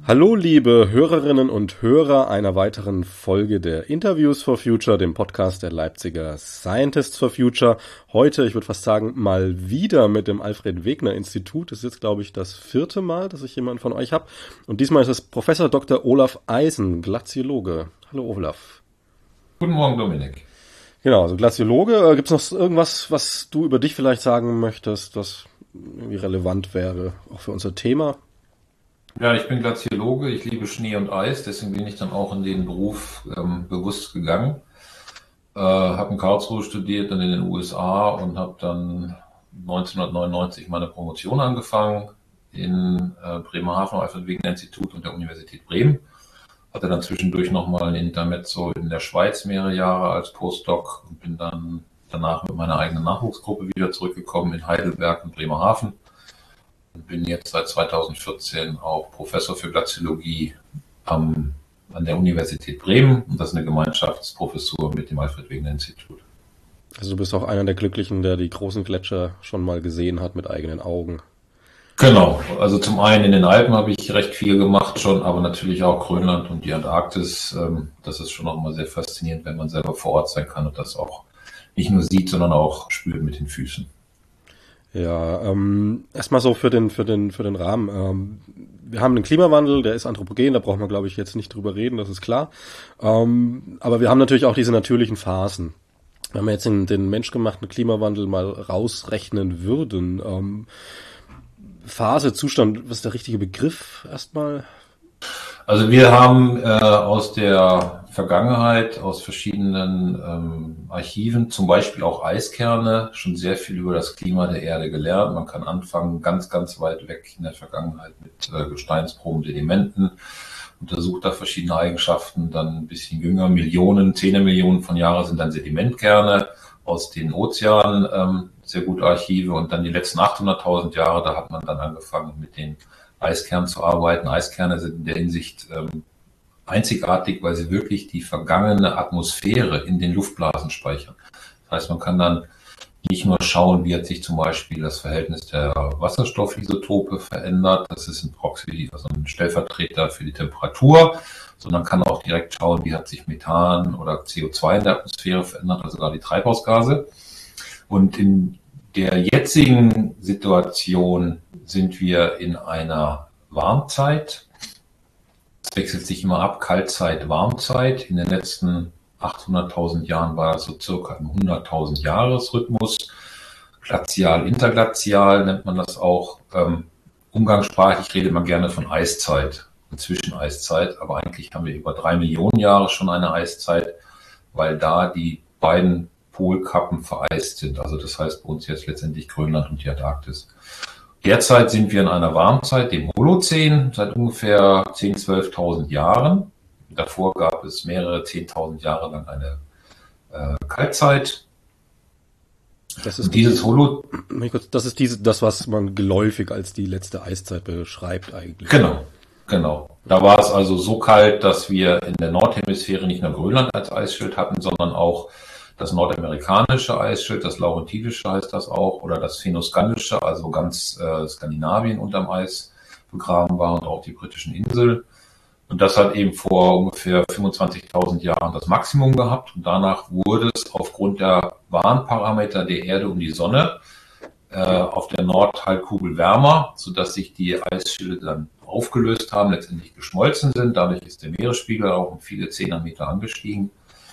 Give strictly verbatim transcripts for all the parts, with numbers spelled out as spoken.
Hallo liebe Hörerinnen und Hörer einer weiteren Folge der Interviews for Future, dem Podcast der Leipziger Scientists for Future. Heute, ich würde fast sagen, mal wieder mit dem Alfred-Wegener-Institut. Das ist jetzt, glaube ich, das vierte Mal, dass ich jemanden von euch habe. Und diesmal ist es Professor Doktor Olaf Eisen, Glaziologe. Hallo Olaf. Guten Morgen, Dominik. Genau, also Glaziologe. Gibt es noch irgendwas, was du über dich vielleicht sagen möchtest, das irgendwie relevant wäre, auch für unser Thema? Ja, ich bin Glaziologe, ich liebe Schnee und Eis, deswegen bin ich dann auch in den Beruf ähm, bewusst gegangen. Äh, habe in Karlsruhe studiert, dann in den U S A und habe dann neunzehnhundertneunundneunzig meine Promotion angefangen in äh, Bremerhaven, Alfred-Wegener-Institut und der Universität Bremen. Hatte dann zwischendurch nochmal ein Intermezzo in der Schweiz mehrere Jahre als Postdoc und bin dann danach mit meiner eigenen Nachwuchsgruppe wieder zurückgekommen in Heidelberg und Bremerhaven. Und bin jetzt seit zweitausendvierzehn auch Professor für Glaziologie am, an der Universität Bremen. Und das ist eine Gemeinschaftsprofessur mit dem Alfred-Wegener-Institut. Also du bist auch einer der Glücklichen, der die großen Gletscher schon mal gesehen hat mit eigenen Augen. Genau, also zum einen in den Alpen habe ich recht viel gemacht schon, aber natürlich auch Grönland und die Antarktis. Das ist schon auch mal sehr faszinierend, wenn man selber vor Ort sein kann und das auch nicht nur sieht, sondern auch spürt mit den Füßen. Ja, ähm, erstmal so für den für den für den Rahmen. Ähm, wir haben den Klimawandel, der ist anthropogen, da braucht man, glaube ich, jetzt nicht drüber reden, das ist klar. Ähm, aber wir haben natürlich auch diese natürlichen Phasen. Wenn wir jetzt den, den menschgemachten Klimawandel mal rausrechnen würden, ähm, Phase, Zustand, was ist der richtige Begriff erstmal? Also wir haben äh, aus der Vergangenheit, aus verschiedenen ähm, Archiven, zum Beispiel auch Eiskerne, schon sehr viel über das Klima der Erde gelernt. Man kann anfangen ganz, ganz weit weg in der Vergangenheit mit äh, Gesteinsproben, Sedimenten, untersucht da verschiedene Eigenschaften, dann ein bisschen jünger, Millionen, Zehner-Millionen von Jahren sind dann Sedimentkerne aus den Ozeanen, ähm, sehr gute Archive und dann die letzten achthunderttausend Jahre, da hat man dann angefangen mit den Eiskernen zu arbeiten. Eiskerne sind in der Hinsicht ähm, einzigartig, weil sie wirklich die vergangene Atmosphäre in den Luftblasen speichern. Das heißt, man kann dann nicht nur schauen, wie hat sich zum Beispiel das Verhältnis der Wasserstoffisotope verändert, das ist ein Proxy, also ein Stellvertreter für die Temperatur, sondern kann auch direkt schauen, wie hat sich Methan oder C O zwei in der Atmosphäre verändert, also sogar die Treibhausgase. Und in der jetzigen Situation sind wir in einer Warmzeit. Es wechselt sich immer ab, Kaltzeit, Warmzeit. In den letzten achthunderttausend Jahren war das so circa im hunderttausend Jahresrhythmus. Glazial, interglazial nennt man das auch. Ähm, umgangssprachlich redet man gerne von Eiszeit und Zwischeneiszeit, aber eigentlich haben wir über drei Millionen Jahre schon eine Eiszeit, weil da die beiden Polkappen vereist sind. Also das heißt bei uns jetzt letztendlich Grönland und die Antarktis. Derzeit sind wir in einer Warmzeit, dem Holozän, seit ungefähr zehntausend, zwölftausend Jahren. Davor gab es mehrere zehntausend Jahre lang eine äh, Kaltzeit. Das ist und dieses Holo... Das ist diese, das, was man geläufig als die letzte Eiszeit beschreibt eigentlich. Genau, genau. Da war es also so kalt, dass wir in der Nordhemisphäre nicht nur Grönland als Eisschild hatten, sondern auch das nordamerikanische Eisschild, das Laurentitische heißt das auch, oder das Fennoskandische, also ganz äh, Skandinavien unterm Eis begraben war und auch die britischen Inseln. Und das hat eben vor ungefähr fünfundzwanzigtausend Jahren das Maximum gehabt. Und danach wurde es aufgrund der Warnparameter der Erde um die Sonne äh, auf der Nordhalbkugel wärmer, sodass sich die Eisschilde dann aufgelöst haben, letztendlich geschmolzen sind. Dadurch ist der Meeresspiegel auch um viele Zehnermeter angestiegen.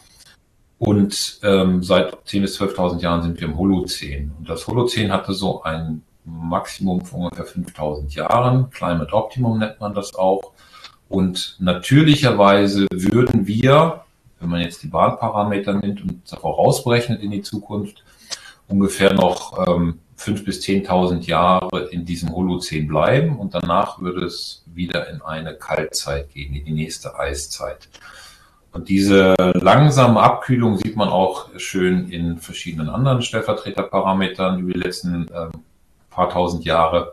Und ähm, seit zehntausend bis zwölftausend Jahren sind wir im Holozän. Und das Holozän hatte so ein Maximum von ungefähr fünftausend Jahren. Climate Optimum nennt man das auch. Und natürlicherweise würden wir, wenn man jetzt die Bahnparameter nimmt und vorausberechnet in die Zukunft, ungefähr noch ähm, fünftausend bis zehntausend Jahre in diesem Holozän bleiben. Und danach würde es wieder in eine Kaltzeit gehen, in die nächste Eiszeit. Und diese langsame Abkühlung sieht man auch schön in verschiedenen anderen Stellvertreterparametern über die letzten äh, paar tausend Jahre.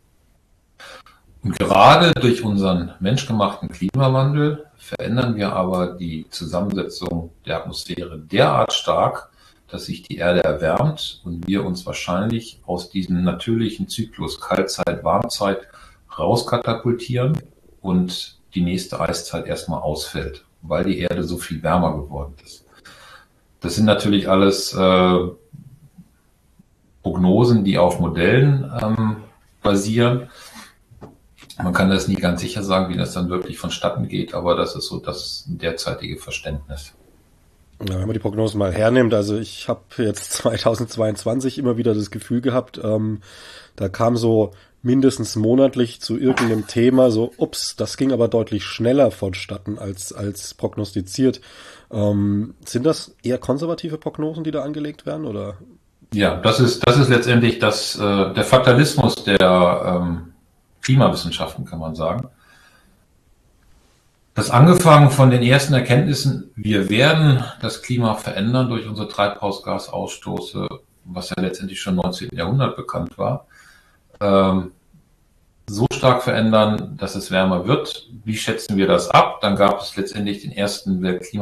Und gerade durch unseren menschgemachten Klimawandel verändern wir aber die Zusammensetzung der Atmosphäre derart stark, dass sich die Erde erwärmt und wir uns wahrscheinlich aus diesem natürlichen Zyklus Kaltzeit, Warmzeit rauskatapultieren und die nächste Eiszeit erstmal ausfällt, weil die Erde so viel wärmer geworden ist. Das sind natürlich alles äh, Prognosen, die auf Modellen ähm, basieren. Man kann das nie ganz sicher sagen, wie das dann wirklich vonstatten geht, aber das ist so das derzeitige Verständnis. Ja, wenn man die Prognosen mal hernimmt, also ich habe jetzt zweitausendzweiundzwanzig immer wieder das Gefühl gehabt, ähm, da kam so mindestens monatlich zu irgendeinem Thema so, ups, das ging aber deutlich schneller vonstatten als als prognostiziert. Ähm, sind das eher konservative Prognosen, die da angelegt werden, oder? Ja, das ist das ist letztendlich das äh, der Fatalismus der ähm, Klimawissenschaften, kann man sagen. Das angefangen von den ersten Erkenntnissen, wir werden das Klima verändern durch unsere Treibhausgasausstoße, was ja letztendlich schon im neunzehnten Jahrhundert bekannt war, ähm, so stark verändern, dass es wärmer wird. Wie schätzen wir das ab? Dann gab es letztendlich den ersten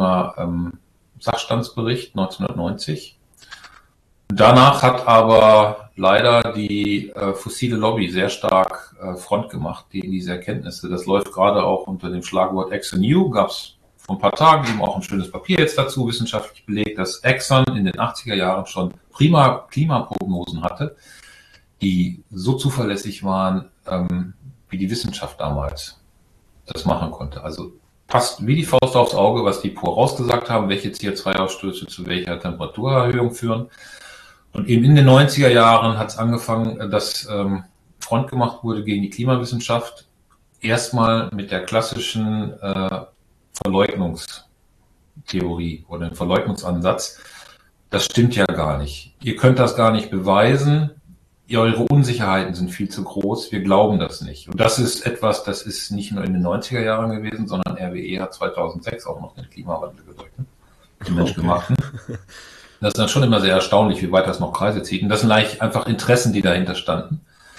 Weltklima-Sachstandsbericht neunzehnhundertneunzig. Danach hat aber leider die äh, fossile Lobby sehr stark äh, Front gemacht gegen diese Erkenntnisse. Das läuft gerade auch unter dem Schlagwort Exxon New. Gab es vor ein paar Tagen eben auch ein schönes Papier jetzt dazu, wissenschaftlich belegt, dass Exxon in den achtziger Jahren schon prima Klimaprognosen hatte, die so zuverlässig waren, ähm, wie die Wissenschaft damals das machen konnte. Also passt wie die Faust aufs Auge, was die vorausgesagt haben, welche C O zwei Ausstöße zu welcher Temperaturerhöhung führen. Und eben in den neunziger Jahren hat es angefangen, dass ähm, Front gemacht wurde gegen die Klimawissenschaft. Erstmal mit der klassischen äh, Verleugnungstheorie oder dem Verleugnungsansatz. Das stimmt ja gar nicht. Ihr könnt das gar nicht beweisen. Eure Unsicherheiten sind viel zu groß. Wir glauben das nicht. Und das ist etwas, das ist nicht nur in den neunziger Jahren gewesen, sondern R W E hat zweitausendsechs auch noch den Klimawandel geleugnet. Den menschgemachten. Das ist dann schon immer sehr erstaunlich, wie weit das noch Kreise zieht. Und das sind eigentlich einfach Interessen, die dahinter standen.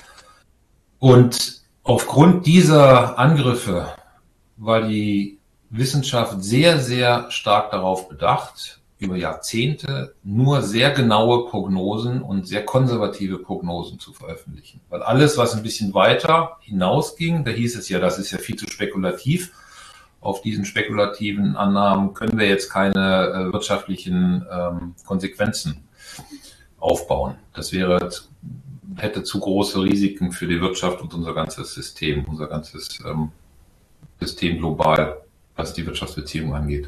Und aufgrund dieser Angriffe war die Wissenschaft sehr, sehr stark darauf bedacht, über Jahrzehnte nur sehr genaue Prognosen und sehr konservative Prognosen zu veröffentlichen. Weil alles, was ein bisschen weiter hinausging, da hieß es ja, das ist ja viel zu spekulativ. Auf diesen spekulativen Annahmen können wir jetzt keine äh, wirtschaftlichen ähm, Konsequenzen aufbauen. Das wäre, hätte zu große Risiken für die Wirtschaft und unser ganzes System, unser ganzes ähm, System global, was die Wirtschaftsbeziehungen angeht.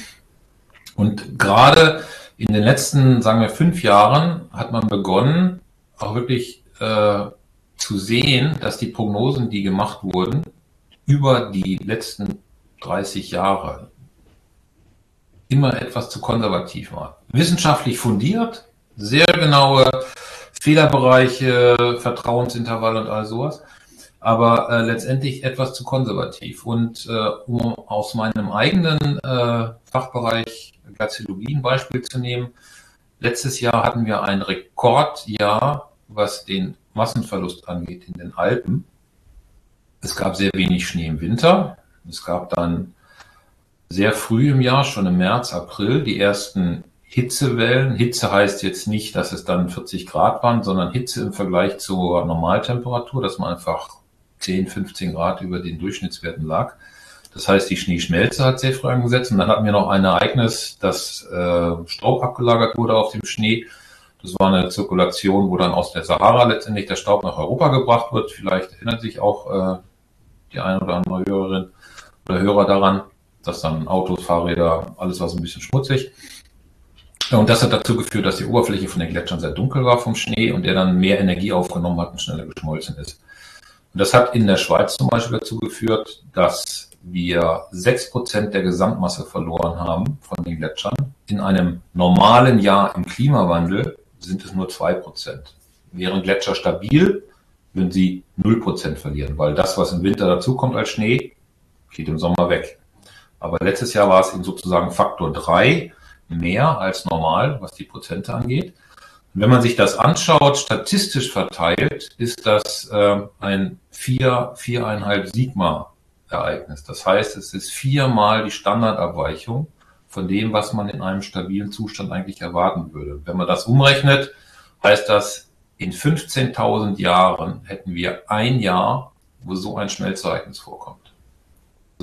Und gerade in den letzten, sagen wir, fünf Jahren hat man begonnen, auch wirklich äh, zu sehen, dass die Prognosen, die gemacht wurden, über die letzten dreißig Jahre immer etwas zu konservativ war. Wissenschaftlich fundiert, sehr genaue Fehlerbereiche, Vertrauensintervalle und all sowas, aber äh, letztendlich etwas zu konservativ. Und äh, um aus meinem eigenen äh, Fachbereich Glaziologie ein Beispiel zu nehmen, letztes Jahr hatten wir ein Rekordjahr, was den Massenverlust angeht in den Alpen. Es gab sehr wenig Schnee im Winter. Es gab dann sehr früh im Jahr, schon im März, April, die ersten Hitzewellen. Hitze heißt jetzt nicht, dass es dann vierzig Grad waren, sondern Hitze im Vergleich zur Normaltemperatur, dass man einfach zehn, fünfzehn Grad über den Durchschnittswerten lag. Das heißt, die Schneeschmelze hat sehr früh angesetzt. Und dann hatten wir noch ein Ereignis, dass äh, Staub abgelagert wurde auf dem Schnee. Das war eine Zirkulation, wo dann aus der Sahara letztendlich der Staub nach Europa gebracht wird. Vielleicht erinnert sich auch äh, die eine oder andere Hörerin oder Hörer daran, dass dann Autos, Fahrräder, alles war so ein bisschen schmutzig. Und das hat dazu geführt, dass die Oberfläche von den Gletschern sehr dunkel war vom Schnee und der dann mehr Energie aufgenommen hat und schneller geschmolzen ist. Und das hat in der Schweiz zum Beispiel dazu geführt, dass wir sechs Prozent der Gesamtmasse verloren haben von den Gletschern. In einem normalen Jahr im Klimawandel sind es nur zwei Prozent. Wären Gletscher stabil, würden sie null Prozent verlieren, weil das, was im Winter dazukommt als Schnee, geht im Sommer weg. Aber letztes Jahr war es eben sozusagen Faktor drei mehr als normal, was die Prozente angeht. Und wenn man sich das anschaut, statistisch verteilt, ist das äh, ein vier, viereinhalb Sigma-Ereignis. Das heißt, es ist viermal die Standardabweichung von dem, was man in einem stabilen Zustand eigentlich erwarten würde. Wenn man das umrechnet, heißt das, in fünfzehntausend Jahren hätten wir ein Jahr, wo so ein Schmelzereignis vorkommt.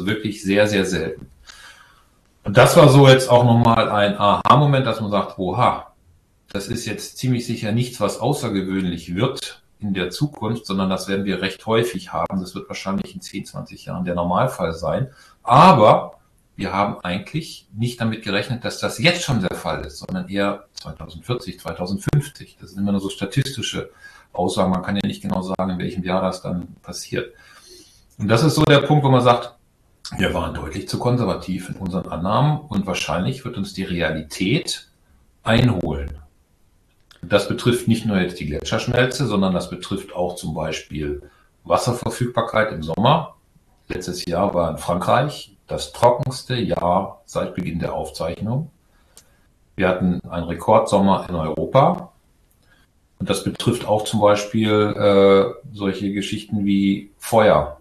Also wirklich sehr, sehr selten. Und das war so jetzt auch nochmal ein Aha-Moment, dass man sagt, oha, das ist jetzt ziemlich sicher nichts, was außergewöhnlich wird in der Zukunft, sondern das werden wir recht häufig haben. Das wird wahrscheinlich in zehn, zwanzig Jahren der Normalfall sein. Aber wir haben eigentlich nicht damit gerechnet, dass das jetzt schon der Fall ist, sondern eher zwanzig vierzig, zwanzig fünfzig. Das sind immer nur so statistische Aussagen. Man kann ja nicht genau sagen, in welchem Jahr das dann passiert. Und das ist so der Punkt, wo man sagt, wir waren deutlich zu konservativ in unseren Annahmen und wahrscheinlich wird uns die Realität einholen. Das betrifft nicht nur jetzt die Gletscherschmelze, sondern das betrifft auch zum Beispiel Wasserverfügbarkeit im Sommer. Letztes Jahr war in Frankreich das trockenste Jahr seit Beginn der Aufzeichnung. Wir hatten einen Rekordsommer in Europa. Und das betrifft auch zum Beispiel äh, solche Geschichten wie Feuer,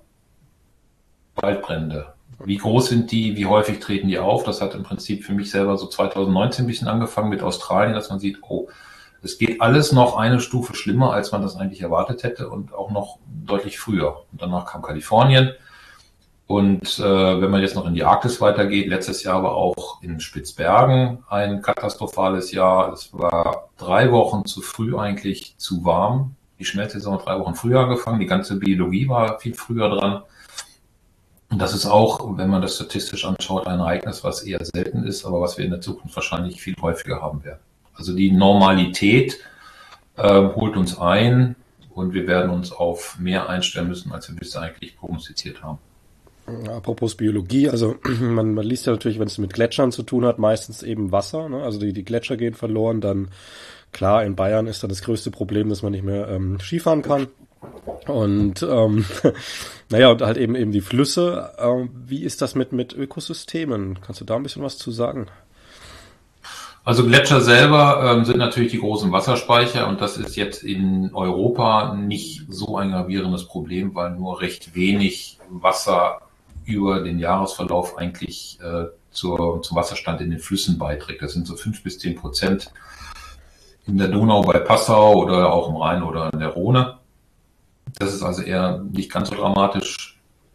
Waldbrände. Wie groß sind die? Wie häufig treten die auf? Das hat im Prinzip für mich selber so zwanzig neunzehn ein bisschen angefangen mit Australien, dass man sieht, oh, es geht alles noch eine Stufe schlimmer, als man das eigentlich erwartet hätte und auch noch deutlich früher. Und danach kam Kalifornien. Und äh, wenn man jetzt noch in die Arktis weitergeht, letztes Jahr war auch in Spitzbergen ein katastrophales Jahr. Es war drei Wochen zu früh eigentlich zu warm. Die Schmelzsaison hat drei Wochen früher angefangen. Die ganze Biologie war viel früher dran. Und das ist auch, wenn man das statistisch anschaut, ein Ereignis, was eher selten ist, aber was wir in der Zukunft wahrscheinlich viel häufiger haben werden. Also die Normalität äh, holt uns ein und wir werden uns auf mehr einstellen müssen, als wir bisher eigentlich prognostiziert haben. Apropos Biologie, also man, man liest ja natürlich, wenn es mit Gletschern zu tun hat, meistens eben Wasser, ne? Also die, die Gletscher gehen verloren, dann klar, in Bayern ist dann das größte Problem, dass man nicht mehr ähm, Skifahren kann. Und ähm, naja, und halt eben eben die Flüsse. Ähm, wie ist das mit, mit Ökosystemen? Kannst du da ein bisschen was zu sagen? Also Gletscher selber ähm, sind natürlich die großen Wasserspeicher und das ist jetzt in Europa nicht so ein gravierendes Problem, weil nur recht wenig Wasser über den Jahresverlauf eigentlich äh, zur, zum Wasserstand in den Flüssen beiträgt. Das sind so fünf bis zehn Prozent in der Donau bei Passau oder auch im Rhein oder in der Rhone. Das ist also eher nicht ganz so dramatisch,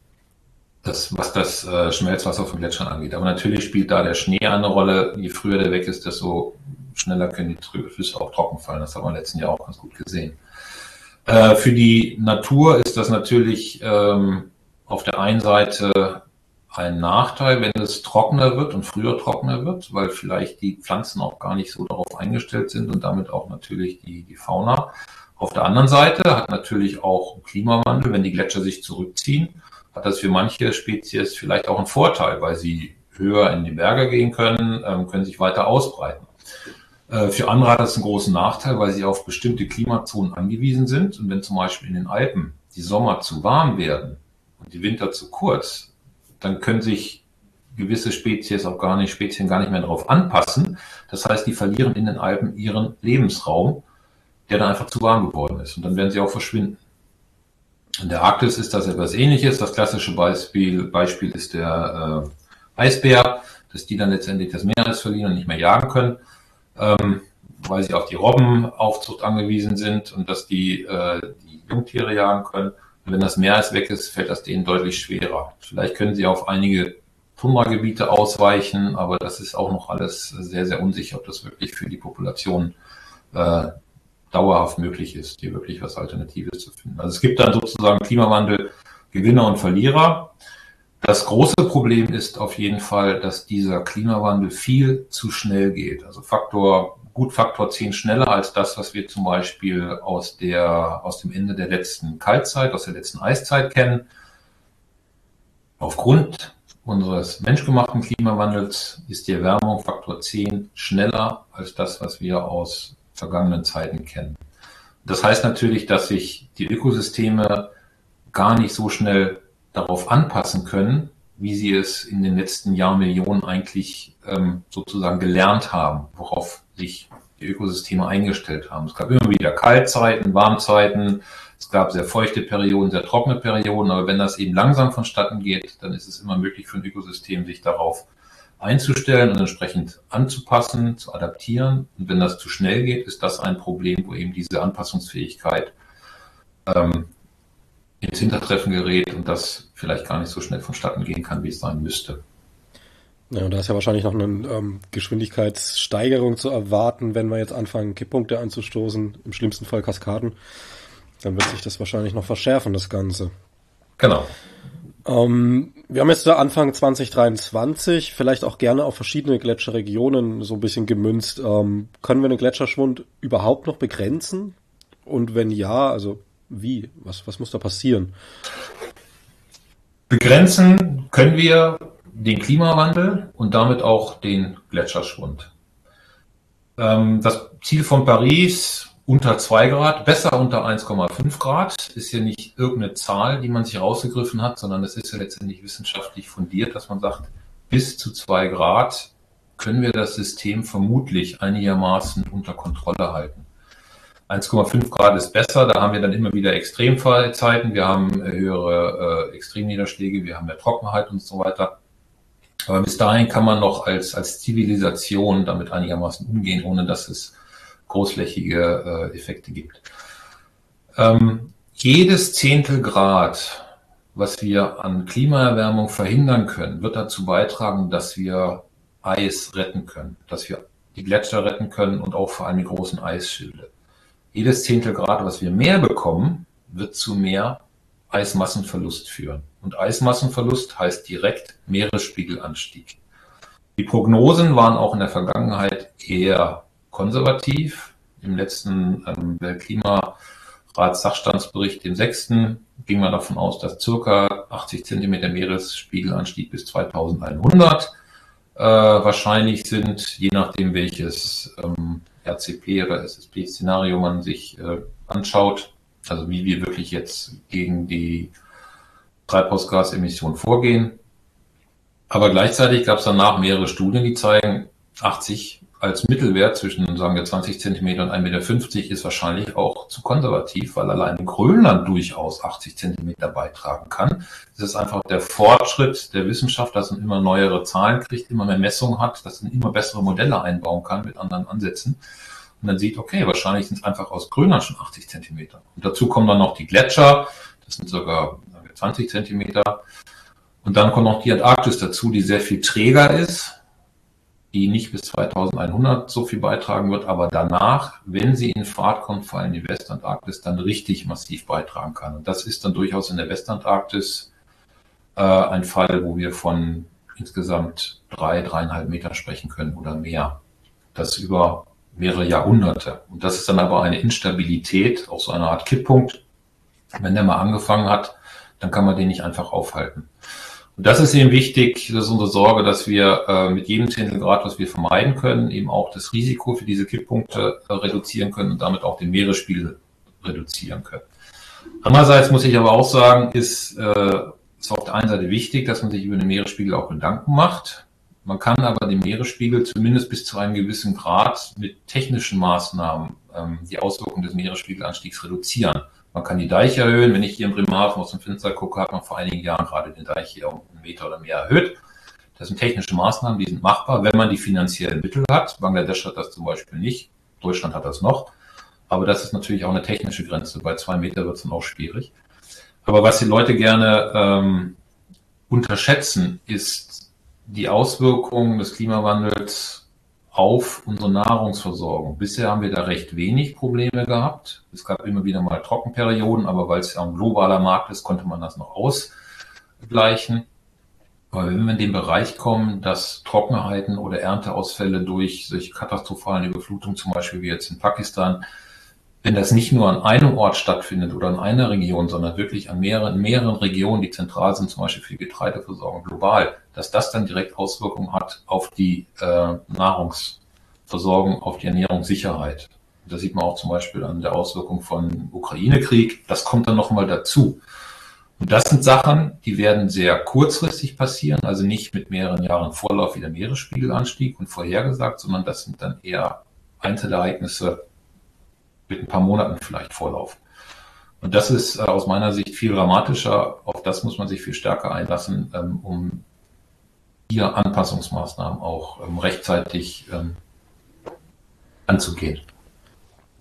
das, was das äh, Schmelzwasser von Gletschern angeht. Aber natürlich spielt da der Schnee eine Rolle. Je früher der weg ist, desto schneller können die Flüsse auch trocken fallen. Das hat man letzten Jahr auch ganz gut gesehen. Äh, für die Natur ist das natürlich ähm, auf der einen Seite ein Nachteil, wenn es trockener wird und früher trockener wird, weil vielleicht die Pflanzen auch gar nicht so darauf eingestellt sind und damit auch natürlich die, die Fauna. Auf der anderen Seite hat natürlich auch Klimawandel, wenn die Gletscher sich zurückziehen, hat das für manche Spezies vielleicht auch einen Vorteil, weil sie höher in die Berge gehen können, ähm, können sich weiter ausbreiten. Äh, für andere hat das einen großen Nachteil, weil sie auf bestimmte Klimazonen angewiesen sind. Und wenn zum Beispiel in den Alpen die Sommer zu warm werden und die Winter zu kurz, dann können sich gewisse Spezies auch gar nicht, Spezien gar nicht mehr darauf anpassen. Das heißt, die verlieren in den Alpen ihren Lebensraum, der dann einfach zu warm geworden ist. Und dann werden sie auch verschwinden. In der Arktis ist das etwas Ähnliches. Das klassische Beispiel, Beispiel ist der äh, Eisbär, dass die dann letztendlich das Meereis verlieren und nicht mehr jagen können, ähm, weil sie auf die Robbenaufzucht angewiesen sind und dass die, äh, die Jungtiere jagen können. Und wenn das Meereis weg ist, fällt das denen deutlich schwerer. Vielleicht können sie auf einige Tundragebiete ausweichen, aber das ist auch noch alles sehr, sehr unsicher, ob das wirklich für die Population äh, dauerhaft möglich ist, hier wirklich was Alternatives zu finden. Also es gibt dann sozusagen Klimawandel, Gewinner und Verlierer. Das große Problem ist auf jeden Fall, dass dieser Klimawandel viel zu schnell geht. Also Faktor, gut Faktor zehn schneller als das, was wir zum Beispiel aus der, aus dem Ende der letzten Kaltzeit, aus der letzten Eiszeit kennen. Aufgrund unseres menschgemachten Klimawandels ist die Erwärmung Faktor zehn schneller als das, was wir aus vergangenen Zeiten kennen. Das heißt natürlich, dass sich die Ökosysteme gar nicht so schnell darauf anpassen können, wie sie es in den letzten Jahrmillionen eigentlich ähm, sozusagen gelernt haben, worauf sich die Ökosysteme eingestellt haben. Es gab immer wieder Kaltzeiten, Warmzeiten, es gab sehr feuchte Perioden, sehr trockene Perioden, aber wenn das eben langsam vonstatten geht, dann ist es immer möglich für ein Ökosystem, sich darauf einzustellen und entsprechend anzupassen, zu adaptieren. Und wenn das zu schnell geht, ist das ein Problem, wo eben diese Anpassungsfähigkeit ähm, ins Hintertreffen gerät und das vielleicht gar nicht so schnell vonstatten gehen kann, wie es sein müsste. Ja, und da ist ja wahrscheinlich noch eine ähm, Geschwindigkeitssteigerung zu erwarten, wenn wir jetzt anfangen, Kipppunkte anzustoßen, im schlimmsten Fall Kaskaden. Dann wird sich das wahrscheinlich noch verschärfen, das Ganze. Genau. Ähm, wir haben jetzt da Anfang zwanzig dreiundzwanzig, vielleicht auch gerne auf verschiedene Gletscherregionen so ein bisschen gemünzt. Ähm, können wir den Gletscherschwund überhaupt noch begrenzen? Und wenn ja, also wie? Was, was muss da passieren? Begrenzen können wir den Klimawandel und damit auch den Gletscherschwund. Ähm, das Ziel von Paris unter zwei Grad, besser unter eins Komma fünf Grad, ist ja nicht irgendeine Zahl, die man sich rausgegriffen hat, sondern es ist ja letztendlich wissenschaftlich fundiert, dass man sagt, bis zu zwei Grad können wir das System vermutlich einigermaßen unter Kontrolle halten. eins Komma fünf Grad ist besser, da haben wir dann immer wieder Extremzeiten, wir haben höhere äh, Extremniederschläge, wir haben mehr Trockenheit und so weiter. Aber bis dahin kann man noch als, als Zivilisation damit einigermaßen umgehen, ohne dass es großflächige äh, Effekte gibt. Ähm, jedes Zehntel Grad, was wir an Klimaerwärmung verhindern können, wird dazu beitragen, dass wir Eis retten können, dass wir die Gletscher retten können und auch vor allem die großen Eisschilde. Jedes Zehntel Grad, was wir mehr bekommen, wird zu mehr Eismassenverlust führen. Und Eismassenverlust heißt direkt Meeresspiegelanstieg. Die Prognosen waren auch in der Vergangenheit eher konservativ. Im letzten ähm, Weltklimarats-Sachstandsbericht, dem sechsten, ging man davon aus, dass circa achtzig Zentimeter Meeresspiegelanstieg bis zweitausendeinhundert äh, wahrscheinlich sind, je nachdem welches ähm, R C P oder S S P-Szenario man sich äh, anschaut, also wie wir wirklich jetzt gegen die Treibhausgasemissionen vorgehen. Aber gleichzeitig gab es danach mehrere Studien, die zeigen, achtzig als Mittelwert zwischen, sagen wir, zwanzig Zentimeter und ein Meter fünfzig ist wahrscheinlich auch zu konservativ, weil allein Grönland durchaus achtzig Zentimeter beitragen kann. Das ist einfach der Fortschritt der Wissenschaft, dass man immer neuere Zahlen kriegt, immer mehr Messungen hat, dass man immer bessere Modelle einbauen kann mit anderen Ansätzen. Und dann sieht, okay, wahrscheinlich sind es einfach aus Grönland schon achtzig Zentimeter. Und dazu kommen dann noch die Gletscher, das sind sogar zwanzig Zentimeter. Und dann kommt noch die Antarktis dazu, die sehr viel träger ist, die nicht bis zweitausendeinhundert so viel beitragen wird, aber danach, wenn sie in Fahrt kommt, vor allem die Westantarktis, dann richtig massiv beitragen kann. Und das ist dann durchaus in der Westantarktis äh, ein Fall, wo wir von insgesamt drei, dreieinhalb Meter sprechen können oder mehr. Das über mehrere Jahrhunderte. Und das ist dann aber eine Instabilität, auch so eine Art Kipppunkt. Wenn der mal angefangen hat, dann kann man den nicht einfach aufhalten. Und das ist eben wichtig, das ist unsere Sorge, dass wir äh, mit jedem Zehntel Grad, was wir vermeiden können, eben auch das Risiko für diese Kipppunkte äh, reduzieren können und damit auch den Meeresspiegel reduzieren können. Andererseits muss ich aber auch sagen, ist, äh, ist auf der einen Seite wichtig, dass man sich über den Meeresspiegel auch Gedanken macht. Man kann aber den Meeresspiegel zumindest bis zu einem gewissen Grad mit technischen Maßnahmen ähm, die Auswirkungen des Meeresspiegelanstiegs reduzieren. Man kann die Deiche erhöhen. Wenn ich hier in Bremerhaven aus dem Fenster gucke, hat man vor einigen Jahren gerade den Deich hier um einen Meter oder mehr erhöht. Das sind technische Maßnahmen, die sind machbar, wenn man die finanziellen Mittel hat. Bangladesch hat das zum Beispiel nicht. Deutschland hat das noch. Aber das ist natürlich auch eine technische Grenze. Bei zwei Meter wird es dann auch schwierig. Aber was die Leute gerne ähm, unterschätzen, ist die Auswirkungen des Klimawandels auf unsere Nahrungsversorgung. Bisher haben wir da recht wenig Probleme gehabt. Es gab immer wieder mal Trockenperioden, aber weil es ja ein globaler Markt ist, konnte man das noch ausgleichen. Aber wenn wir in den Bereich kommen, dass Trockenheiten oder Ernteausfälle durch solche katastrophalen Überflutungen, zum Beispiel wie jetzt in Pakistan, wenn das nicht nur an einem Ort stattfindet oder in einer Region, sondern wirklich an mehreren, mehreren Regionen, die zentral sind, zum Beispiel für die Getreideversorgung global, dass das dann direkt Auswirkungen hat auf die äh, Nahrungsversorgung, auf die Ernährungssicherheit. Das sieht man auch zum Beispiel an der Auswirkung von Ukraine-Krieg. Das kommt dann nochmal dazu. Und das sind Sachen, die werden sehr kurzfristig passieren, also nicht mit mehreren Jahren Vorlauf wie der Meeresspiegelanstieg und vorhergesagt, sondern das sind dann eher Einzelereignisse mit ein paar Monaten vielleicht Vorlauf. Und das ist äh, aus meiner Sicht viel dramatischer. Auf das muss man sich viel stärker einlassen, ähm, um hier Anpassungsmaßnahmen auch ähm, rechtzeitig ähm, anzugehen.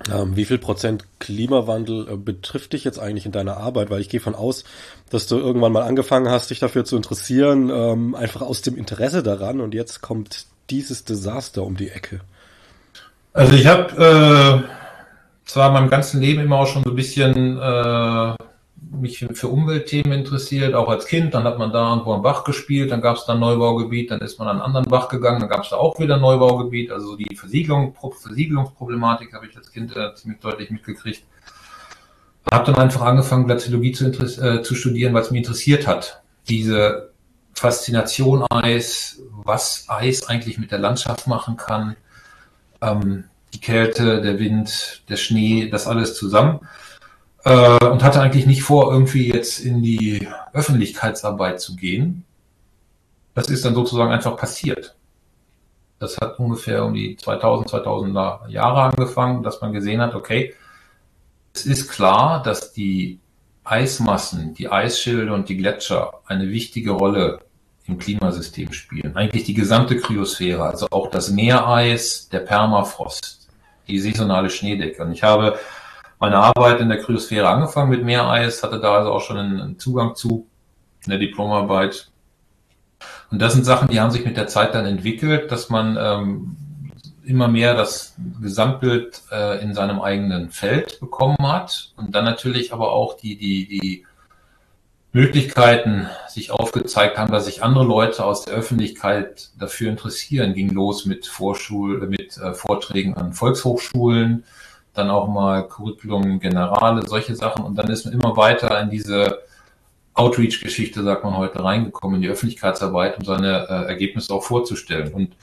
Ähm, wie viel Prozent Klimawandel äh, betrifft dich jetzt eigentlich in deiner Arbeit? Weil ich gehe von aus, dass du irgendwann mal angefangen hast, dich dafür zu interessieren, ähm, einfach aus dem Interesse daran und jetzt kommt dieses Desaster um die Ecke. Also ich habe äh, zwar in meinem ganzen Leben immer auch schon so ein bisschen äh, mich für, für Umweltthemen interessiert, auch als Kind. Dann hat man da irgendwo am Bach gespielt, dann gab es da ein Neubaugebiet, dann ist man an einen anderen Bach gegangen, dann gab es da auch wieder ein Neubaugebiet. Also so die Versiegelung, Pro- Versiegelungsproblematik habe ich als Kind äh, ziemlich deutlich mitgekriegt. Habe dann einfach angefangen, Glaziologie zu, interess- äh, zu studieren, weil es mich interessiert hat. Diese Faszination Eis, was Eis eigentlich mit der Landschaft machen kann, ähm, die Kälte, der Wind, der Schnee, das alles zusammen. Äh, und hatte eigentlich nicht vor, irgendwie jetzt in die Öffentlichkeitsarbeit zu gehen. Das ist dann sozusagen einfach passiert. Das hat ungefähr um die zweitausend, zweitausender Jahre angefangen, dass man gesehen hat, okay, es ist klar, dass die Eismassen, die Eisschilde und die Gletscher eine wichtige Rolle im Klimasystem spielen. Eigentlich die gesamte Kryosphäre, also auch das Meereis, der Permafrost, die saisonale Schneedecke. Und ich habe meine Arbeit in der Kryosphäre angefangen mit Meereis, hatte da also auch schon einen Zugang zu in der Diplomarbeit. Und das sind Sachen, die haben sich mit der Zeit dann entwickelt, dass man ähm, immer mehr das Gesamtbild äh, in seinem eigenen Feld bekommen hat und dann natürlich aber auch die, die, die Möglichkeiten sich aufgezeigt haben, dass sich andere Leute aus der Öffentlichkeit dafür interessieren. Ging los mit Vorschul, mit äh, Vorträgen an Volkshochschulen, dann auch mal Curriculum Generale, solche Sachen. Und dann ist man immer weiter in diese Outreach-Geschichte, sagt man heute, reingekommen, in die Öffentlichkeitsarbeit, um seine äh, Ergebnisse auch vorzustellen. Und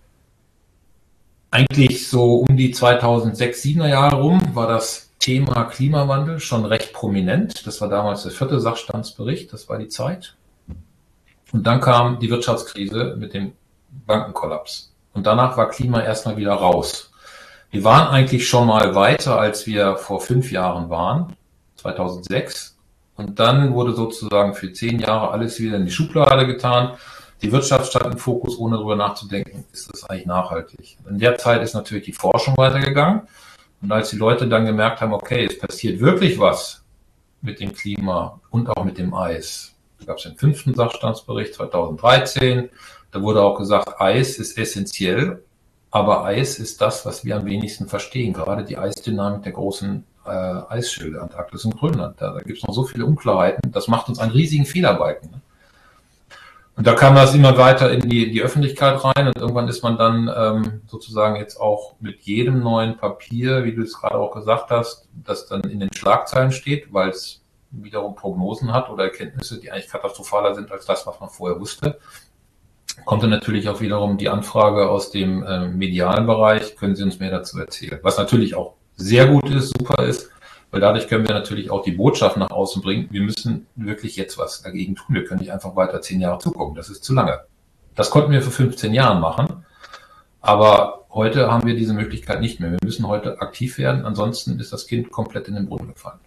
eigentlich so um die zweitausendsechs, siebener Jahre rum war das Thema Klimawandel schon recht prominent. Das war damals der vierte Sachstandsbericht, das war die Zeit. Und dann kam die Wirtschaftskrise mit dem Bankenkollaps. Und danach war Klima erstmal wieder raus. Wir waren eigentlich schon mal weiter, als wir vor fünf Jahren waren, zweitausendsechs. Und dann wurde sozusagen für zehn Jahre alles wieder in die Schublade getan. Die Wirtschaft stand im Fokus, ohne darüber nachzudenken, ist das eigentlich nachhaltig. In der Zeit ist natürlich die Forschung weitergegangen. Und als die Leute dann gemerkt haben, okay, es passiert wirklich was mit dem Klima und auch mit dem Eis. Da gab es den fünften Sachstandsbericht zweitausenddreizehn. Da wurde auch gesagt, Eis ist essentiell, aber Eis ist das, was wir am wenigsten verstehen. Gerade die Eisdynamik der großen äh, Eisschilde, Antarktis und Grönland. Da, da gibt es noch so viele Unklarheiten. Das macht uns einen riesigen Fehlerbalken. Ne? Und da kam das immer weiter in die, die Öffentlichkeit rein und irgendwann ist man dann ähm, sozusagen jetzt auch mit jedem neuen Papier, wie du es gerade auch gesagt hast, das dann in den Schlagzeilen steht, weil es wiederum Prognosen hat oder Erkenntnisse, die eigentlich katastrophaler sind als das, was man vorher wusste. Kommt dann natürlich auch wiederum die Anfrage aus dem äh, medialen Bereich, können Sie uns mehr dazu erzählen? Was natürlich auch sehr gut ist, super ist, weil dadurch können wir natürlich auch die Botschaft nach außen bringen, wir müssen wirklich jetzt was dagegen tun. Wir können nicht einfach weiter zehn Jahre zugucken, das ist zu lange. Das konnten wir vor fünfzehn Jahren machen, aber heute haben wir diese Möglichkeit nicht mehr. Wir müssen heute aktiv werden, ansonsten ist das Kind komplett in den Brunnen gefallen.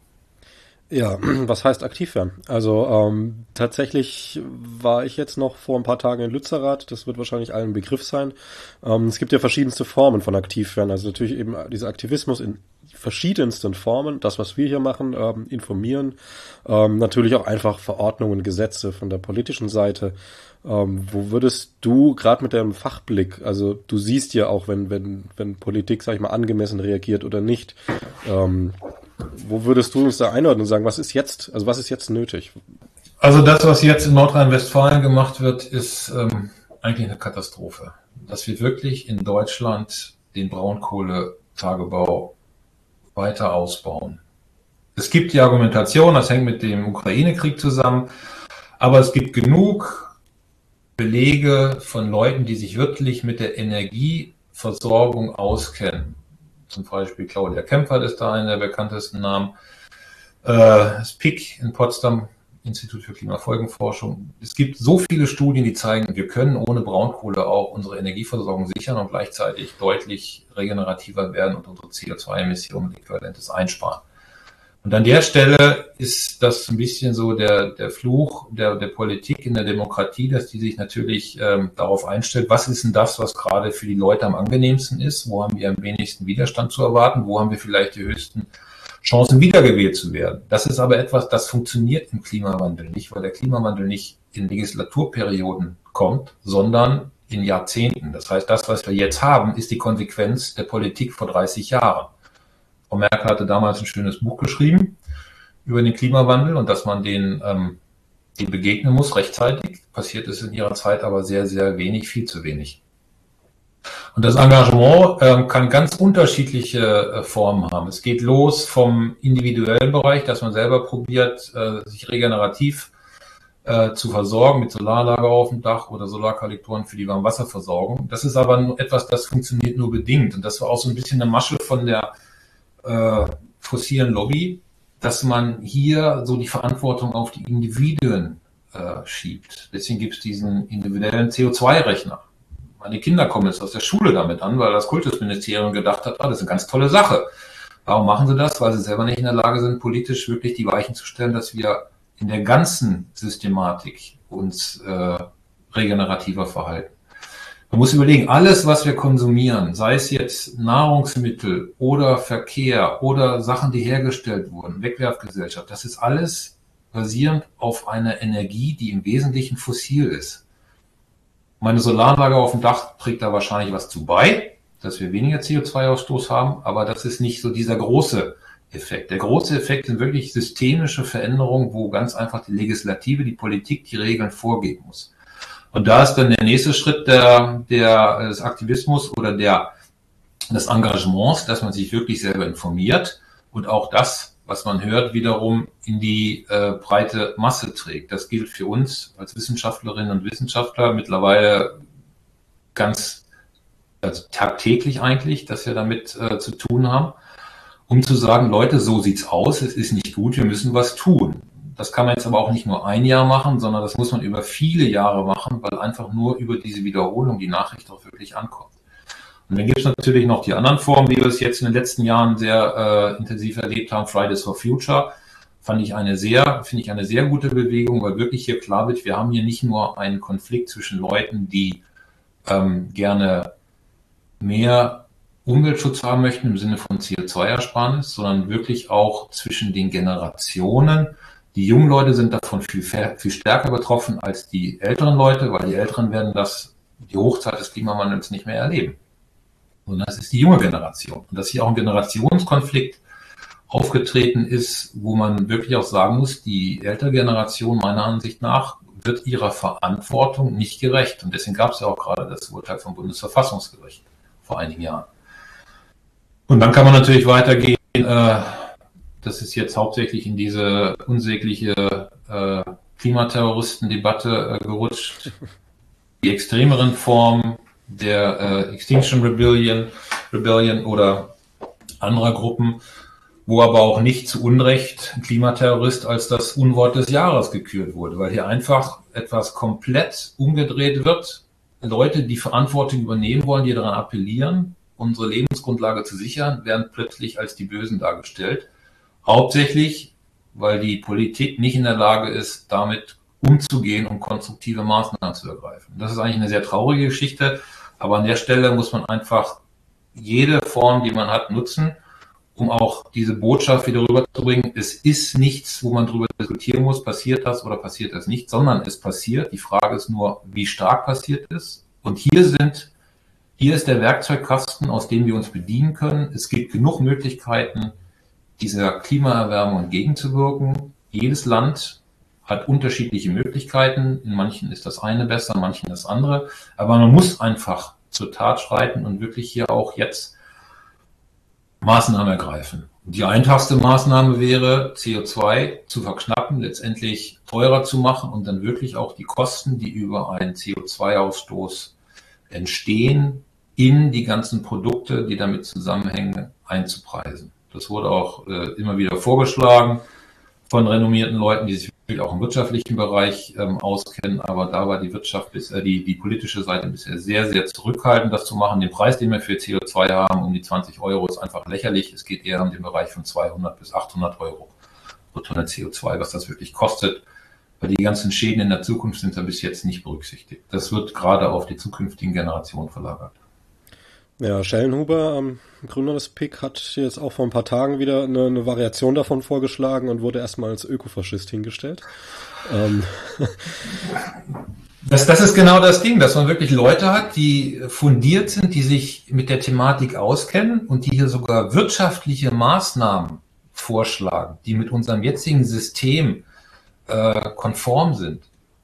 Ja, was heißt aktiv werden? Also ähm, tatsächlich war ich jetzt noch vor ein paar Tagen in Lützerath, das wird wahrscheinlich allen ein Begriff sein. Ähm, es gibt ja verschiedenste Formen von aktiv werden, also natürlich eben dieser Aktivismus in verschiedensten Formen, das, was wir hier machen, ähm, informieren, ähm, natürlich auch einfach Verordnungen, Gesetze von der politischen Seite. Ähm, wo würdest du gerade mit deinem Fachblick, also du siehst ja auch, wenn wenn wenn Politik, sag ich mal, angemessen reagiert oder nicht, ähm, wo würdest du uns da einordnen und sagen, was ist jetzt, also was ist jetzt nötig? Also das, was jetzt in Nordrhein-Westfalen gemacht wird, ist ähm, eigentlich eine Katastrophe. Dass wir wirklich in Deutschland den Braunkohletagebau weiter ausbauen. Es gibt die Argumentation, das hängt mit dem Ukraine-Krieg zusammen, aber es gibt genug Belege von Leuten, die sich wirklich mit der Energieversorgung auskennen. Zum Beispiel Claudia Kempfert ist da einer der bekanntesten Namen. Das P I C in Potsdam, Institut für Klimafolgenforschung. Es gibt so viele Studien, die zeigen, wir können ohne Braunkohle auch unsere Energieversorgung sichern und gleichzeitig deutlich regenerativer werden und unsere C O zwei Emissionen äquivalentes einsparen. Und an der Stelle ist das ein bisschen so der, der Fluch der, der Politik in der Demokratie, dass die sich natürlich ähm, darauf einstellt, was ist denn das, was gerade für die Leute am angenehmsten ist, wo haben wir am wenigsten Widerstand zu erwarten, wo haben wir vielleicht die höchsten Chancen, wiedergewählt zu werden. Das ist aber etwas, das funktioniert im Klimawandel nicht, weil der Klimawandel nicht in Legislaturperioden kommt, sondern in Jahrzehnten. Das heißt, das, was wir jetzt haben, ist die Konsequenz der Politik vor dreißig Jahren. Frau Merkel hatte damals ein schönes Buch geschrieben über den Klimawandel und dass man den, ähm, den begegnen muss rechtzeitig. Passiert ist in ihrer Zeit aber sehr, sehr wenig, viel zu wenig. Und das Engagement äh, kann ganz unterschiedliche äh, Formen haben. Es geht los vom individuellen Bereich, dass man selber probiert, äh, sich regenerativ äh, zu versorgen mit Solaranlage auf dem Dach oder Solarkollektoren für die Warmwasserversorgung. Das ist aber nur etwas, das funktioniert nur bedingt. Und das war auch so ein bisschen eine Masche von der äh, fossilen Lobby, dass man hier so die Verantwortung auf die Individuen äh, schiebt. Deswegen gibt es diesen individuellen C O zwei Rechner. Meine Kinder kommen jetzt aus der Schule damit an, weil das Kultusministerium gedacht hat, ah, das ist eine ganz tolle Sache. Warum machen sie das? Weil sie selber nicht in der Lage sind, politisch wirklich die Weichen zu stellen, dass wir in der ganzen Systematik uns äh, regenerativer verhalten. Man muss überlegen, alles, was wir konsumieren, sei es jetzt Nahrungsmittel oder Verkehr oder Sachen, die hergestellt wurden, Wegwerfgesellschaft, das ist alles basierend auf einer Energie, die im Wesentlichen fossil ist. Meine Solaranlage auf dem Dach trägt da wahrscheinlich was zu bei, dass wir weniger C O zwei Ausstoß haben, aber das ist nicht so dieser große Effekt. Der große Effekt sind wirklich systemische Veränderungen, wo ganz einfach die Legislative, die Politik die Regeln vorgeben muss. Und da ist dann der nächste Schritt der, der, des Aktivismus oder der, des Engagements, dass man sich wirklich selber informiert und auch das, was man hört, wiederum in die äh, breite Masse trägt. Das gilt für uns als Wissenschaftlerinnen und Wissenschaftler mittlerweile ganz also tagtäglich eigentlich, dass wir damit äh, zu tun haben, um zu sagen, Leute, so sieht's aus, es ist nicht gut, wir müssen was tun. Das kann man jetzt aber auch nicht nur ein Jahr machen, sondern das muss man über viele Jahre machen, weil einfach nur über diese Wiederholung die Nachricht auch wirklich ankommt. Und dann gibt es natürlich noch die anderen Formen, wie wir es jetzt in den letzten Jahren sehr äh, intensiv erlebt haben. Fridays for Future fand ich eine sehr, finde ich eine sehr gute Bewegung, weil wirklich hier klar wird, wir haben hier nicht nur einen Konflikt zwischen Leuten, die ähm, gerne mehr Umweltschutz haben möchten im Sinne von C O zwei Ersparnis, sondern wirklich auch zwischen den Generationen. Die jungen Leute sind davon viel, viel stärker betroffen als die älteren Leute, weil die Älteren werden das, die Hochzeit des Klimawandels nicht mehr erleben. Und das ist die junge Generation. Und dass hier auch ein Generationskonflikt aufgetreten ist, wo man wirklich auch sagen muss, die ältere Generation meiner Ansicht nach wird ihrer Verantwortung nicht gerecht. Und deswegen gab es ja auch gerade das Urteil vom Bundesverfassungsgericht vor einigen Jahren. Und dann kann man natürlich weitergehen. Äh, das ist jetzt hauptsächlich in diese unsägliche äh, Klimaterroristendebatte äh, gerutscht. Die extremeren Formen der äh, Extinction Rebellion, Rebellion oder anderer Gruppen, wo aber auch nicht zu Unrecht Klimaterrorist als das Unwort des Jahres gekürt wurde, weil hier einfach etwas komplett umgedreht wird. Leute, die Verantwortung übernehmen wollen, die daran appellieren, unsere Lebensgrundlage zu sichern, werden plötzlich als die Bösen dargestellt. Hauptsächlich, weil die Politik nicht in der Lage ist, damit umzugehen und konstruktive Maßnahmen zu ergreifen. Das ist eigentlich eine sehr traurige Geschichte, aber an der Stelle muss man einfach jede Form, die man hat, nutzen, um auch diese Botschaft wieder rüberzubringen. Es ist nichts, wo man drüber diskutieren muss, passiert das oder passiert das nicht, sondern es passiert. Die Frage ist nur, wie stark passiert ist. Und hier sind, hier ist der Werkzeugkasten, aus dem wir uns bedienen können. Es gibt genug Möglichkeiten, dieser Klimaerwärmung entgegenzuwirken. Jedes Land hat unterschiedliche Möglichkeiten. In manchen ist das eine besser, in manchen das andere. Aber man muss einfach zur Tat schreiten und wirklich hier auch jetzt Maßnahmen ergreifen. Die einfachste Maßnahme wäre, C O zwei zu verknappen, letztendlich teurer zu machen und dann wirklich auch die Kosten, die über einen C O zwei Ausstoß entstehen, in die ganzen Produkte, die damit zusammenhängen, einzupreisen. Das wurde auch äh, immer wieder vorgeschlagen von renommierten Leuten, die sich wirklich auch im wirtschaftlichen Bereich ähm, auskennen, aber da war die Wirtschaft, bis, äh, die, die politische Seite bisher sehr, sehr zurückhaltend, das zu machen. Den Preis, den wir für C O zwei haben, um die zwanzig Euro, ist einfach lächerlich. Es geht eher um den Bereich von zweihundert bis achthundert Euro pro Tonne C O zwei, was das wirklich kostet. Weil die ganzen Schäden in der Zukunft sind da bis jetzt nicht berücksichtigt. Das wird gerade auf die zukünftigen Generationen verlagert. Ja, Schellenhuber, ähm, Gründer des P I C, hat jetzt auch vor ein paar Tagen wieder eine, eine Variation davon vorgeschlagen und wurde erstmal als Ökofaschist hingestellt. Ähm. Das, das ist genau das Ding, dass man wirklich Leute hat, die fundiert sind, die sich mit der Thematik auskennen und die hier sogar wirtschaftliche Maßnahmen vorschlagen, die mit unserem jetzigen System äh, konform sind.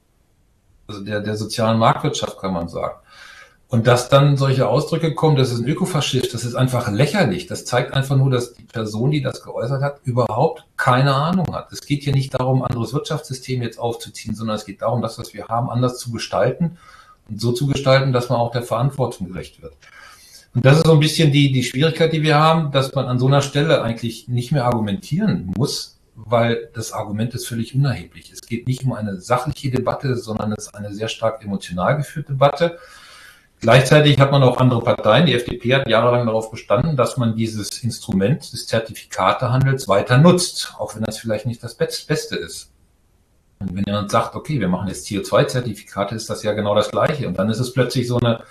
Also der, der sozialen Marktwirtschaft, kann man sagen. Und dass dann solche Ausdrücke kommen, das ist ein Ökofaschist, das ist einfach lächerlich. Das zeigt einfach nur, dass die Person, die das geäußert hat, überhaupt keine Ahnung hat. Es geht hier nicht darum, ein anderes Wirtschaftssystem jetzt aufzuziehen, sondern es geht darum, das, was wir haben, anders zu gestalten und so zu gestalten, dass man auch der Verantwortung gerecht wird. Und das ist so ein bisschen die, die Schwierigkeit, die wir haben, dass man an so einer Stelle eigentlich nicht mehr argumentieren muss, weil das Argument ist völlig unerheblich. Es geht nicht um eine sachliche Debatte, sondern es ist eine sehr stark emotional geführte Debatte. Gleichzeitig hat man auch andere Parteien. Die F D P hat jahrelang darauf bestanden, dass man dieses Instrument des Zertifikatehandels weiter nutzt, auch wenn das vielleicht nicht das Beste ist. Und wenn jemand sagt, okay, wir machen jetzt C O zwei Zertifikate, ist das ja genau das Gleiche. Und dann ist es plötzlich so eine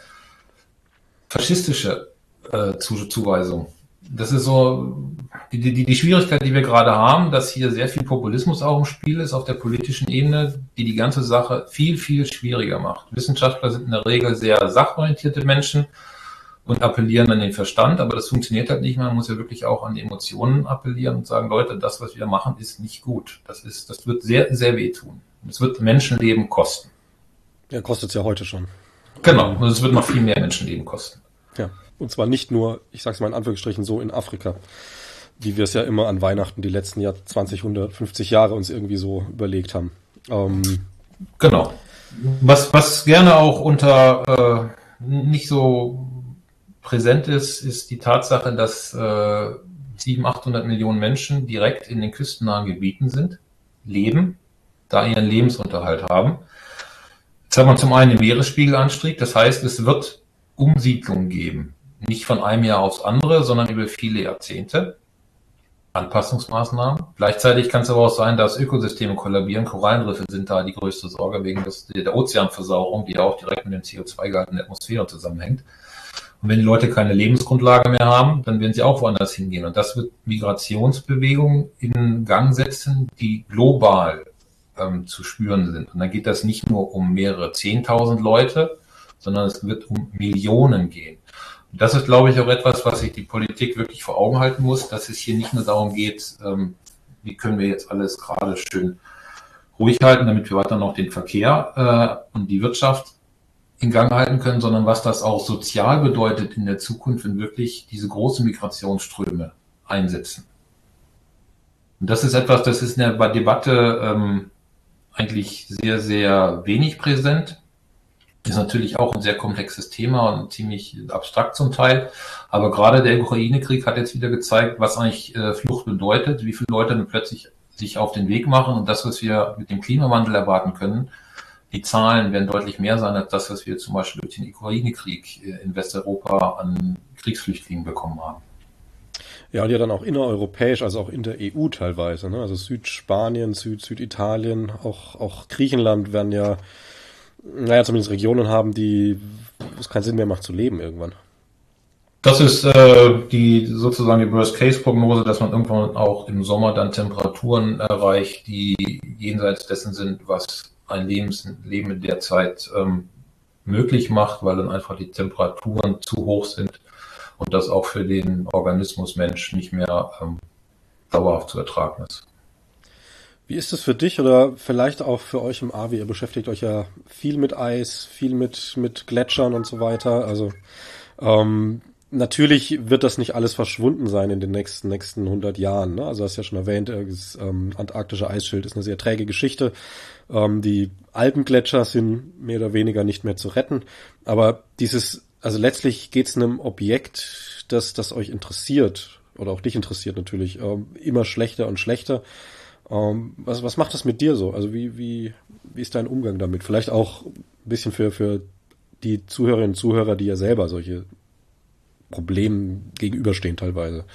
faschistische äh, Zuweisung. Das ist so die, die, die Schwierigkeit, die wir gerade haben, dass hier sehr viel Populismus auch im Spiel ist auf der politischen Ebene, die die ganze Sache viel, viel schwieriger macht. Wissenschaftler sind in der Regel sehr sachorientierte Menschen und appellieren an den Verstand, aber das funktioniert halt nicht mehr. Man muss ja wirklich auch an die Emotionen appellieren und sagen, Leute, das, was wir machen, ist nicht gut. Das ist, das wird sehr, sehr wehtun. Es wird Menschenleben kosten. Ja, kostet es ja heute schon. Genau, und es wird noch viel mehr Menschenleben kosten. Ja, und zwar nicht nur, ich sag's mal in Anführungsstrichen, so in Afrika, wie wir es ja immer an Weihnachten die letzten Jahr zwanzig, hundertfünfzig Jahre uns irgendwie so überlegt haben. Ähm, genau. Was, was gerne auch unter äh, nicht so präsent ist, ist die Tatsache, dass äh, siebenhundert, achthundert Millionen Menschen direkt in den küstennahen Gebieten sind, leben, da ihren Lebensunterhalt haben. Jetzt hat man zum einen den Meeresspiegelanstieg, das heißt, es wird Umsiedlung geben. Nicht von einem Jahr aufs andere, sondern über viele Jahrzehnte. Anpassungsmaßnahmen. Gleichzeitig kann es aber auch sein, dass Ökosysteme kollabieren. Korallenriffe sind da die größte Sorge wegen des, der Ozeanversauerung, die ja auch direkt mit dem C O zwei Gehalt in der Atmosphäre zusammenhängt. Und wenn die Leute keine Lebensgrundlage mehr haben, dann werden sie auch woanders hingehen. Und das wird Migrationsbewegungen in Gang setzen, die global ähm, zu spüren sind. Und dann geht das nicht nur um mehrere Zehntausend Leute, sondern es wird um Millionen gehen. Und das ist, glaube ich, auch etwas, was sich die Politik wirklich vor Augen halten muss, dass es hier nicht nur darum geht, ähm, wie können wir jetzt alles gerade schön ruhig halten, damit wir weiter noch den Verkehr äh, und die Wirtschaft in Gang halten können, sondern was das auch sozial bedeutet in der Zukunft, wenn wirklich diese großen Migrationsströme einsetzen. Und das ist etwas, das ist in der Debatte ähm, eigentlich sehr, sehr wenig präsent. Ist natürlich auch ein sehr komplexes Thema und ziemlich abstrakt zum Teil. Aber gerade der Ukraine-Krieg hat jetzt wieder gezeigt, was eigentlich äh, Flucht bedeutet, wie viele Leute dann plötzlich sich auf den Weg machen. Und das, was wir mit dem Klimawandel erwarten können, die Zahlen werden deutlich mehr sein als das, was wir zum Beispiel durch den Ukraine-Krieg in Westeuropa an Kriegsflüchtlingen bekommen haben. Ja, die ja dann auch innereuropäisch, also auch in der E U teilweise, ne? Also Südspanien, Süd, Süditalien, auch, auch Griechenland werden ja, naja, zumindest Regionen haben, die es keinen Sinn mehr macht zu leben irgendwann. Das ist äh, die sozusagen die Worst-Case-Prognose, dass man irgendwann auch im Sommer dann Temperaturen erreicht, die jenseits dessen sind, was ein Lebensleben in der Zeit ähm, möglich macht, weil dann einfach die Temperaturen zu hoch sind und das auch für den Organismus Mensch nicht mehr ähm, dauerhaft zu ertragen ist. Wie ist es für dich oder vielleicht auch für euch im A W I? Ihr beschäftigt euch ja viel mit Eis, viel mit mit Gletschern und so weiter. Also ähm, natürlich wird das nicht alles verschwunden sein in den nächsten nächsten hundert Jahren. Ne? Also hast ja schon erwähnt, das ähm, antarktische Eisschild ist eine sehr träge Geschichte. Ähm, die Alpengletscher sind mehr oder weniger nicht mehr zu retten. Aber dieses, also letztlich geht es einem Objekt, das das euch interessiert oder auch dich interessiert natürlich, ähm, immer schlechter und schlechter. Ähm, was, was macht das mit dir so? Also wie, wie, wie ist dein Umgang damit? Vielleicht auch ein bisschen für, für die Zuhörerinnen und Zuhörer, die ja selber solche Probleme gegenüberstehen teilweise.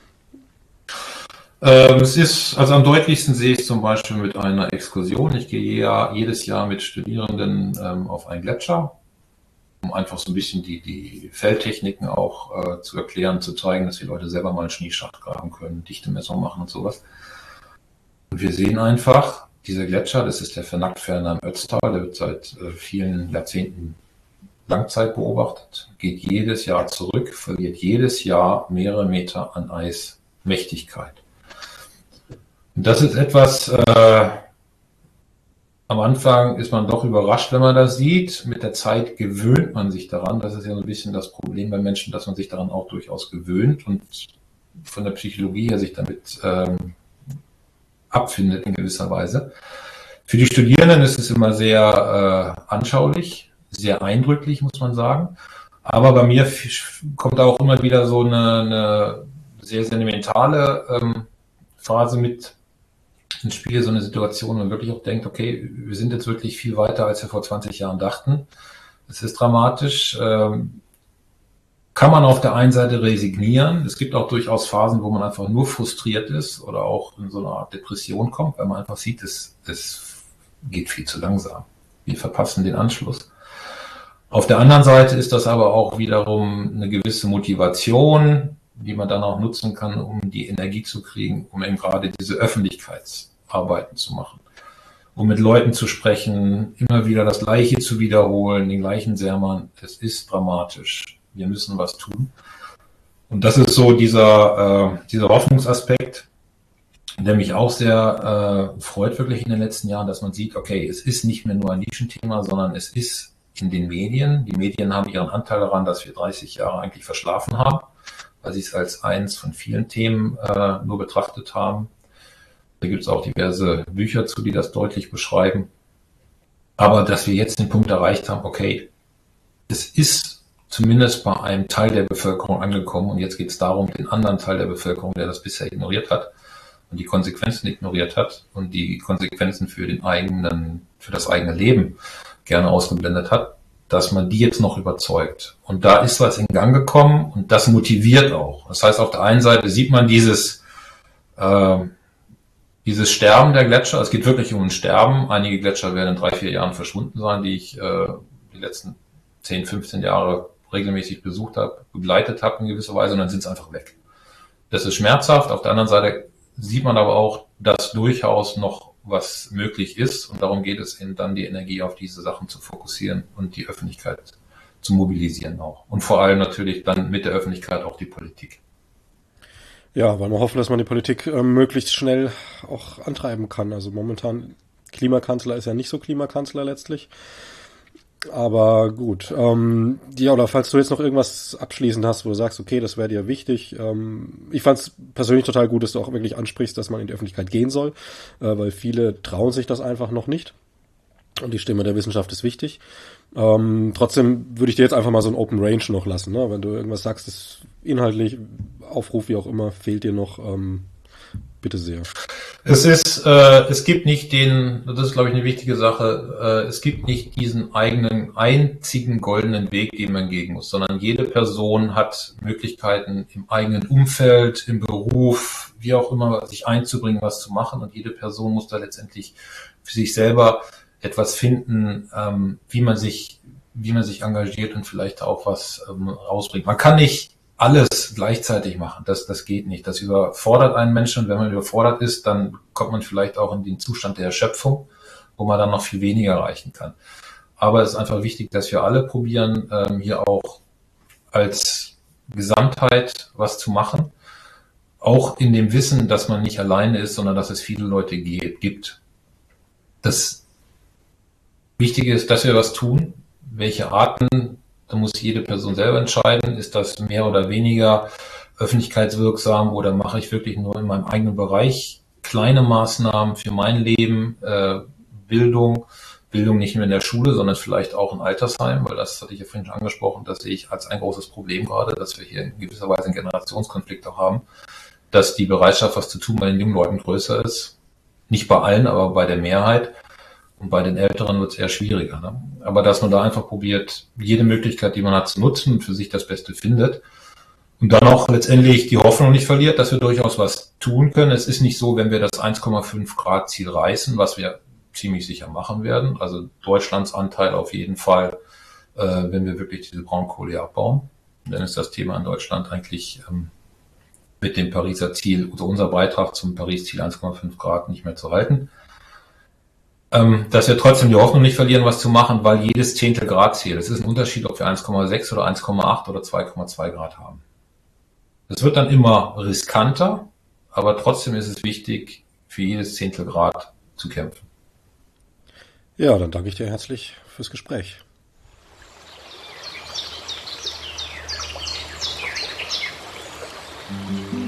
Ähm, es ist, also am deutlichsten sehe ich es zum Beispiel mit einer Exkursion. Ich gehe ja jedes Jahr mit Studierenden ähm, auf einen Gletscher, um einfach so ein bisschen die, die Feldtechniken auch äh, zu erklären, zu zeigen, dass die Leute selber mal einen Schneeschacht graben können, Dichtemessung machen und sowas. Und wir sehen einfach, dieser Gletscher, das ist der Vernacktferner im Ötztal, der wird seit äh, vielen Jahrzehnten Langzeit beobachtet, geht jedes Jahr zurück, verliert jedes Jahr mehrere Meter an Eismächtigkeit. Und das ist etwas, äh, am Anfang ist man doch überrascht, wenn man das sieht. Mit der Zeit gewöhnt man sich daran. Das ist ja so ein bisschen das Problem bei Menschen, dass man sich daran auch durchaus gewöhnt und von der Psychologie her sich damit ähm, abfindet in gewisser Weise. Für die Studierenden ist es immer sehr äh, anschaulich, sehr eindrücklich, muss man sagen. Aber bei mir kommt auch immer wieder so eine, eine sehr sentimentale ähm, Phase mit ins Spiel, so eine Situation, wo man wirklich auch denkt, okay, wir sind jetzt wirklich viel weiter, als wir vor zwanzig Jahren dachten. Es ist dramatisch. Ähm, kann man auf der einen Seite resignieren. Es gibt auch durchaus Phasen, wo man einfach nur frustriert ist oder auch in so eine Art Depression kommt, weil man einfach sieht, es, es geht viel zu langsam. Wir verpassen den Anschluss. Auf der anderen Seite ist das aber auch wiederum eine gewisse Motivation, die man dann auch nutzen kann, um die Energie zu kriegen, um eben gerade diese Öffentlichkeitsarbeiten zu machen. Um mit Leuten zu sprechen, immer wieder das Gleiche zu wiederholen, den gleichen Sermon. Es ist dramatisch. Wir müssen was tun. Und das ist so dieser, äh, dieser Hoffnungsaspekt, der mich auch sehr äh, freut wirklich in den letzten Jahren, dass man sieht, okay, es ist nicht mehr nur ein Nischenthema, sondern es ist in den Medien. Die Medien haben ihren Anteil daran, dass wir dreißig Jahre eigentlich verschlafen haben, weil sie es als eins von vielen Themen äh, nur betrachtet haben. Da gibt es auch diverse Bücher zu, die das deutlich beschreiben. Aber dass wir jetzt den Punkt erreicht haben, okay, es ist zumindest bei einem Teil der Bevölkerung angekommen und jetzt geht es darum, den anderen Teil der Bevölkerung, der das bisher ignoriert hat und die Konsequenzen ignoriert hat und die Konsequenzen für den eigenen, für das eigene Leben gerne ausgeblendet hat, dass man die jetzt noch überzeugt. Und da ist was in Gang gekommen und das motiviert auch. Das heißt, auf der einen Seite sieht man dieses, äh, dieses Sterben der Gletscher. Es geht wirklich um ein Sterben. Einige Gletscher werden in drei, vier Jahren verschwunden sein, die ich äh, die letzten zehn, fünfzehn Jahre regelmäßig besucht habe, begleitet habe in gewisser Weise und dann sind sie einfach weg. Das ist schmerzhaft. Auf der anderen Seite sieht man aber auch, dass durchaus noch was möglich ist und darum geht es eben dann, die Energie auf diese Sachen zu fokussieren und die Öffentlichkeit zu mobilisieren auch. Und vor allem natürlich dann mit der Öffentlichkeit auch die Politik. Ja, weil wir hoffen, dass man die Politik äh, möglichst schnell auch antreiben kann. Also momentan Klimakanzler ist ja nicht so Klimakanzler letztlich. Aber gut, ähm, ja, oder falls du jetzt noch irgendwas abschließend hast, wo du sagst, okay, das wäre dir wichtig. Ähm, ich fand es persönlich total gut, dass du auch wirklich ansprichst, dass man in die Öffentlichkeit gehen soll, äh, weil viele trauen sich das einfach noch nicht. Und die Stimme der Wissenschaft ist wichtig. Ähm, trotzdem würde ich dir jetzt einfach mal so ein Open Range noch lassen, ne? Wenn du irgendwas sagst, das inhaltlich, Aufruf, wie auch immer, fehlt dir noch, ähm, bitte sehr. Es ist, äh, es gibt nicht den, das ist glaube ich eine wichtige Sache, äh, es gibt nicht diesen eigenen einzigen goldenen Weg, den man gehen muss, sondern jede Person hat Möglichkeiten im eigenen Umfeld, im Beruf, wie auch immer, sich einzubringen, was zu machen und jede Person muss da letztendlich für sich selber etwas finden, ähm, wie man sich, wie man sich engagiert und vielleicht auch was ähm, rausbringt. Man kann nicht alles gleichzeitig machen. Das, das geht nicht. Das überfordert einen Menschen und wenn man überfordert ist, dann kommt man vielleicht auch in den Zustand der Erschöpfung, wo man dann noch viel weniger erreichen kann. Aber es ist einfach wichtig, dass wir alle probieren, ähm, hier auch als Gesamtheit was zu machen. Auch in dem Wissen, dass man nicht alleine ist, sondern dass es viele Leute gibt. Das Wichtige ist, dass wir was tun. Welche Arten, da muss jede Person selber entscheiden. Ist das mehr oder weniger öffentlichkeitswirksam oder mache ich wirklich nur in meinem eigenen Bereich kleine Maßnahmen für mein Leben, äh, Bildung, Bildung nicht nur in der Schule, sondern vielleicht auch in Altersheim, weil das hatte ich ja vorhin schon angesprochen, das sehe ich als ein großes Problem gerade, dass wir hier in gewisser Weise einen Generationskonflikt auch haben, dass die Bereitschaft, was zu tun, bei den jungen Leuten größer ist Nicht bei allen, aber bei der Mehrheit. Und bei den Älteren wird es eher schwieriger. Ne? Aber dass man da einfach probiert, jede Möglichkeit, die man hat, zu nutzen und für sich das Beste findet. Und dann auch letztendlich die Hoffnung nicht verliert, dass wir durchaus was tun können. Es ist nicht so, wenn wir das eins Komma fünf Grad Ziel reißen, was wir ziemlich sicher machen werden. Also Deutschlands Anteil auf jeden Fall, äh, wenn wir wirklich diese Braunkohle abbauen. Dann ist das Thema in Deutschland eigentlich ähm, mit dem Pariser Ziel, also unser Beitrag zum Paris-Ziel eins Komma fünf Grad nicht mehr zu halten. Ähm, dass wir trotzdem die Hoffnung nicht verlieren, was zu machen, weil jedes Zehntel Grad Ziel, es ist ein Unterschied, ob wir eins Komma sechs oder eins Komma acht oder zwei Komma zwei Grad haben. Es wird dann immer riskanter, aber trotzdem ist es wichtig, für jedes Zehntel Grad zu kämpfen. Ja, dann danke ich dir herzlich fürs Gespräch. Mhm.